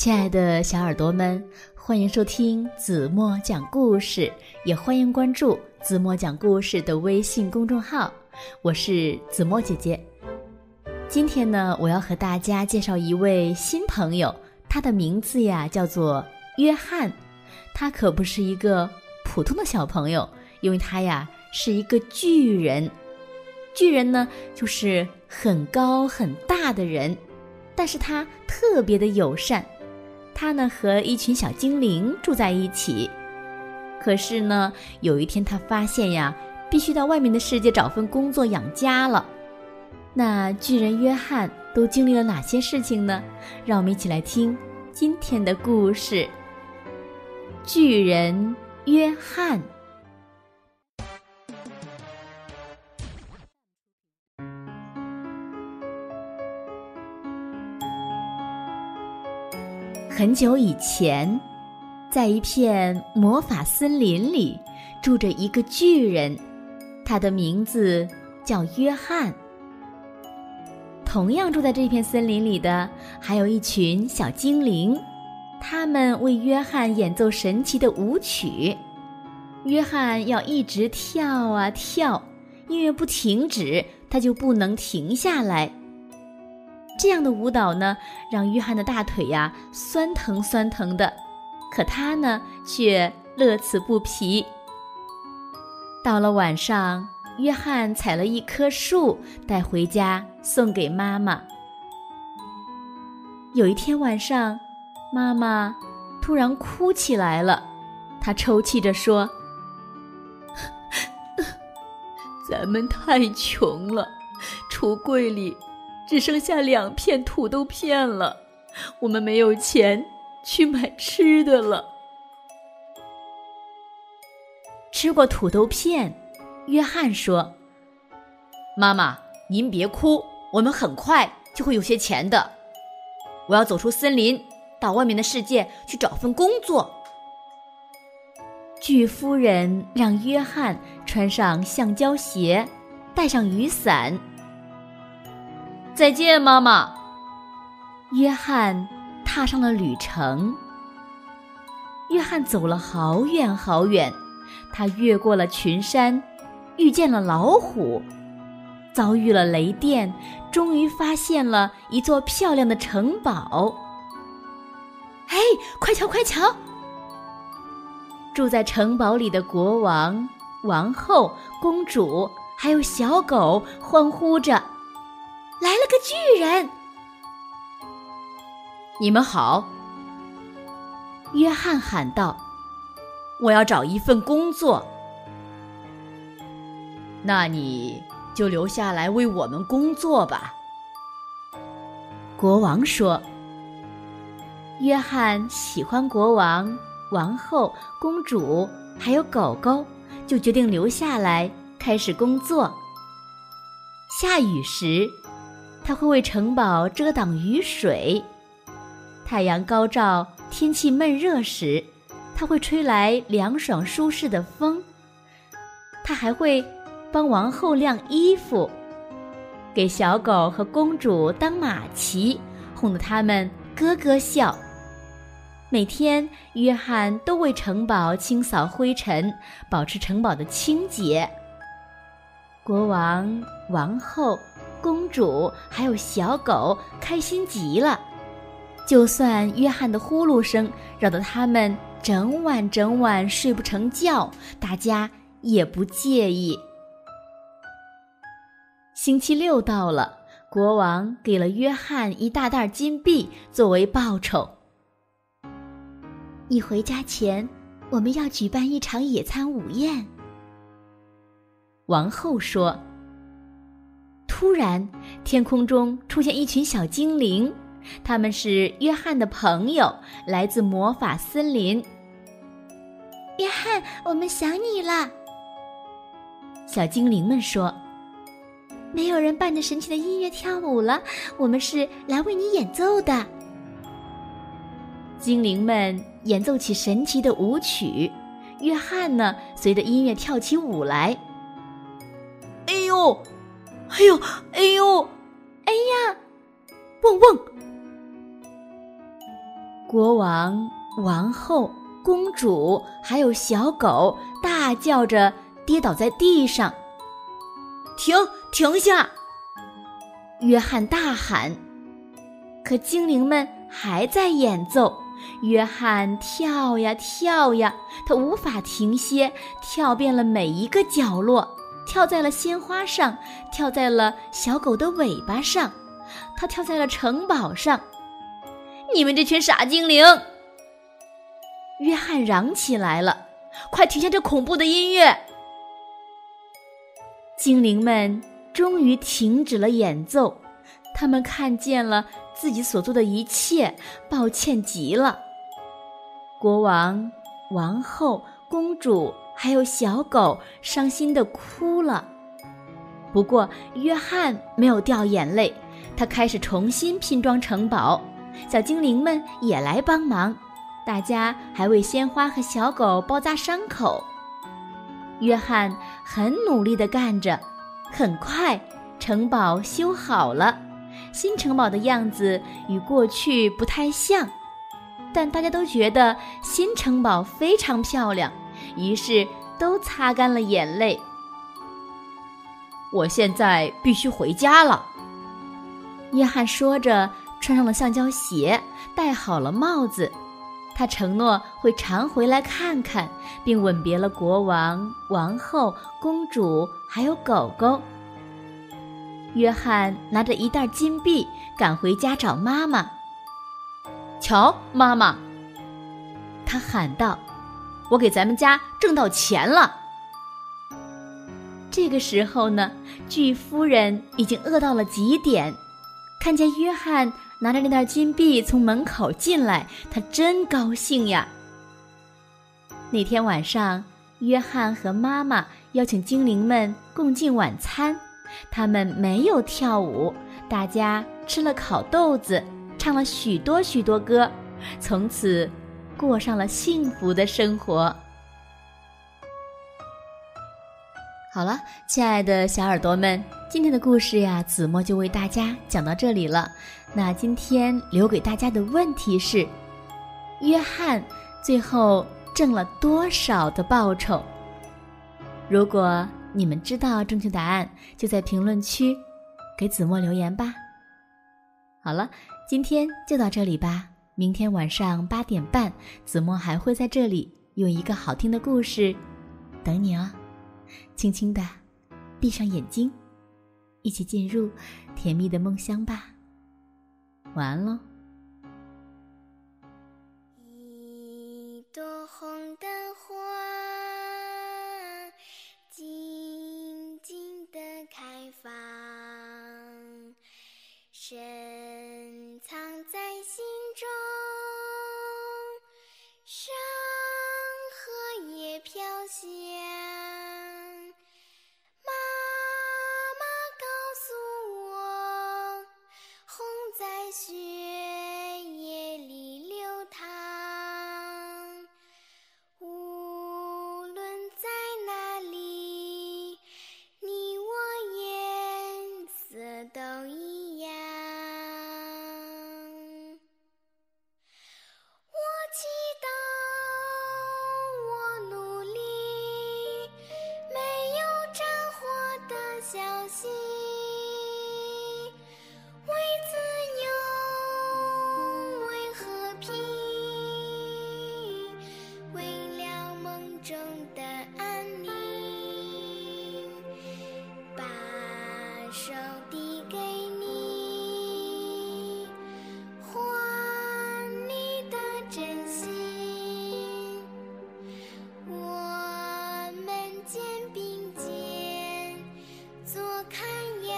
亲爱的小耳朵们，欢迎收听子墨讲故事，也欢迎关注子墨讲故事的微信公众号。我是子墨姐姐。今天呢，我要和大家介绍一位新朋友，他的名字呀叫做约翰。他可不是一个普通的小朋友，因为他呀是一个巨人。巨人呢，就是很高很大的人，但是他特别的友善。他呢和一群小精灵住在一起，可是呢有一天他发现呀，必须到外面的世界找份工作养家了。那巨人约翰都经历了哪些事情呢？让我们一起来听今天的故事。巨人约翰。很久以前，在一片魔法森林里，住着一个巨人，他的名字叫约翰。同样住在这片森林里的，还有一群小精灵，他们为约翰演奏神奇的舞曲。约翰要一直跳啊跳，音乐不停止，他就不能停下来。这样的舞蹈呢，让约翰的大腿呀酸疼酸疼的，可他呢却乐此不疲。到了晚上，约翰采了一棵树带回家送给妈妈。有一天晚上，妈妈突然哭起来了，她抽泣着说：咱们太穷了，橱柜里只剩下2片土豆片了，我们没有钱去买吃的了。吃过土豆片，约翰说：妈妈，您别哭，我们很快就会有些钱的。我要走出森林，到外面的世界去找份工作。巨夫人让约翰穿上橡胶鞋，带上雨伞。再见，妈妈。约翰踏上了旅程。约翰走了好远好远，他越过了群山，遇见了老虎，遭遇了雷电，终于发现了一座漂亮的城堡。哎，快瞧快瞧！住在城堡里的国王、王后、公主还有小狗欢呼着：来了个巨人！你们好，约翰喊道，我要找一份工作。那你就留下来为我们工作吧。国王说。约翰喜欢国王、王后、公主还有狗狗，就决定留下来开始工作。下雨时，他会为城堡遮挡雨水；太阳高照，天气闷热时，他会吹来凉爽舒适的风。他还会帮王后晾衣服，给小狗和公主当马骑，哄得他们咯咯笑。每天，约翰都为城堡清扫灰尘，保持城堡的清洁。国王、王后、公主还有小狗开心极了，就算约翰的呼噜声扰得他们整晚睡不成觉，大家也不介意。星期六到了，国王给了约翰一大袋金币作为报酬。你回家前，我们要举办一场野餐午宴。王后说。突然，天空中出现一群小精灵，他们是约翰的朋友，来自魔法森林。约翰，我们想你了。小精灵们说。没有人伴着神奇的音乐跳舞了，我们是来为你演奏的。精灵们演奏起神奇的舞曲，约翰呢，随着音乐跳起舞来。哎呦，哎呦，哎呦，哎呀，嗡嗡！ 国王、王后、公主还有小狗大叫着跌倒在地上。停下！约翰大喊。可精灵们还在演奏，约翰跳呀跳呀，他无法停歇，跳遍了每一个角落，跳在了鲜花上，跳在了小狗的尾巴上，他跳在了城堡上。你们这群傻精灵！约翰嚷起来了，快停下这恐怖的音乐！精灵们终于停止了演奏，他们看见了自己所做的一切，抱歉极了。国王、王后、公主还有小狗伤心地哭了。不过约翰没有掉眼泪，他开始重新拼装城堡，小精灵们也来帮忙，大家还为鲜花和小狗包扎伤口。约翰很努力地干着，很快城堡修好了。新城堡的样子与过去不太像，但大家都觉得新城堡非常漂亮，于是都擦干了眼泪。我现在必须回家了，约翰说着，穿上了橡胶鞋，戴好了帽子。他承诺会常回来看看，并吻别了国王、王后、公主还有狗狗。约翰拿着一袋金币赶回家找妈妈。瞧，妈妈，他喊道，我给咱们家挣到钱了。这个时候呢，巨夫人已经饿到了极点，看见约翰拿着那袋金币从门口进来，他真高兴呀。那天晚上，约翰和妈妈邀请精灵们共进晚餐，他们没有跳舞，大家吃了烤豆子，唱了许多许多歌，从此过上了幸福的生活。好了，亲爱的小耳朵们，今天的故事呀，子墨就为大家讲到这里了。那今天留给大家的问题是，约翰最后挣了多少的报酬？如果你们知道正确答案，就在评论区给子墨留言吧。好了，今天就到这里吧。明天晚上8点半，子墨还会在这里用一个好听的故事等你哦。轻轻地闭上眼睛，一起进入甜蜜的梦乡吧。晚安喽。 一朵红的花静静地开放，深藏在心中，山河也飘香。妈妈告诉我，红在血液里流淌，无论在哪里，你我颜色都一样。我祈祷，我努力，没有战火的消息，为自由，为和平，为了梦中的安宁，把手递给你，还你的真心。我们肩并肩，左看右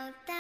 的。